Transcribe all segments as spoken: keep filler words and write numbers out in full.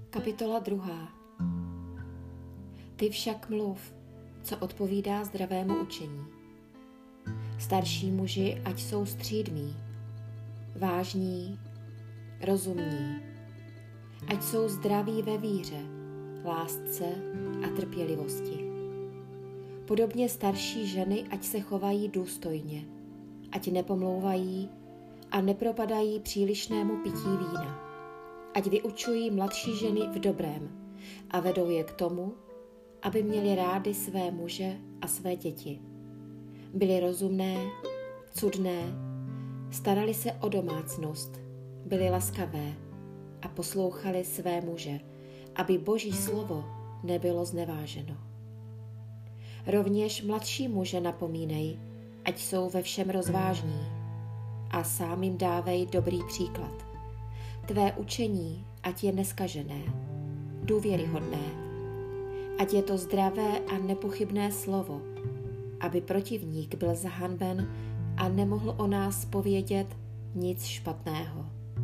Kapitola druhá. Ty však mluv, co odpovídá zdravému učení. Starší muži, ať jsou střídmí, vážní, rozumní, ať jsou zdraví ve víře, lásce a trpělivosti. Podobně starší ženy, ať se chovají důstojně, ať nepomlouvají a nepropadají přílišnému pití vína. Ať vyučují mladší ženy v dobrém a vedou je k tomu, aby měli rády své muže a své děti. Byli rozumné, cudné, starali se o domácnost, byli laskavé a poslouchali své muže, aby Boží slovo nebylo zneváženo. Rovněž mladší muže napomínej, ať jsou ve všem rozvážní a sám jim dávej dobrý příklad. Tvé učení, ať je neskažené, důvěryhodné, ať je to zdravé a nepochybné slovo, aby protivník byl zahanben a nemohl o nás povědět nic špatného.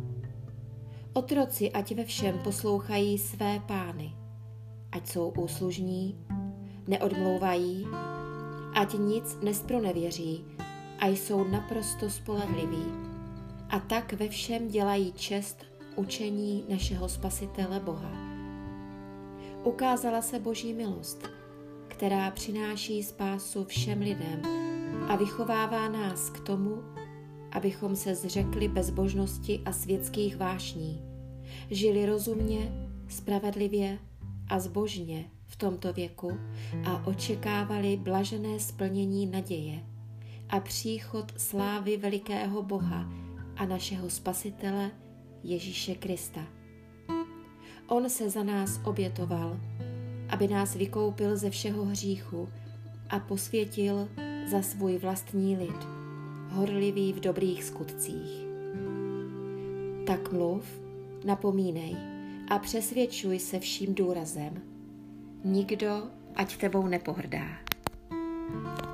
Otroci, ať ve všem poslouchají své pány, ať jsou úslužní, neodmlouvají, ať nic nespronevěří a jsou naprosto spolehliví, a tak ve všem dělají čest učení našeho Spasitele Boha. Ukázala se Boží milost, která přináší spásu všem lidem a vychovává nás k tomu, abychom se zřekli bezbožnosti a světských vášní, žili rozumně, spravedlivě a zbožně v tomto věku a očekávali blažené splnění naděje a příchod slávy velikého Boha a našeho Spasitele Ježíše Krista. On se za nás obětoval, aby nás vykoupil ze všeho hříchu a posvětil za svůj vlastní lid, horlivý v dobrých skutcích. Tak mluv, napomínej a přesvědčuj se vším důrazem. Nikdo ať tebou nepohrdá.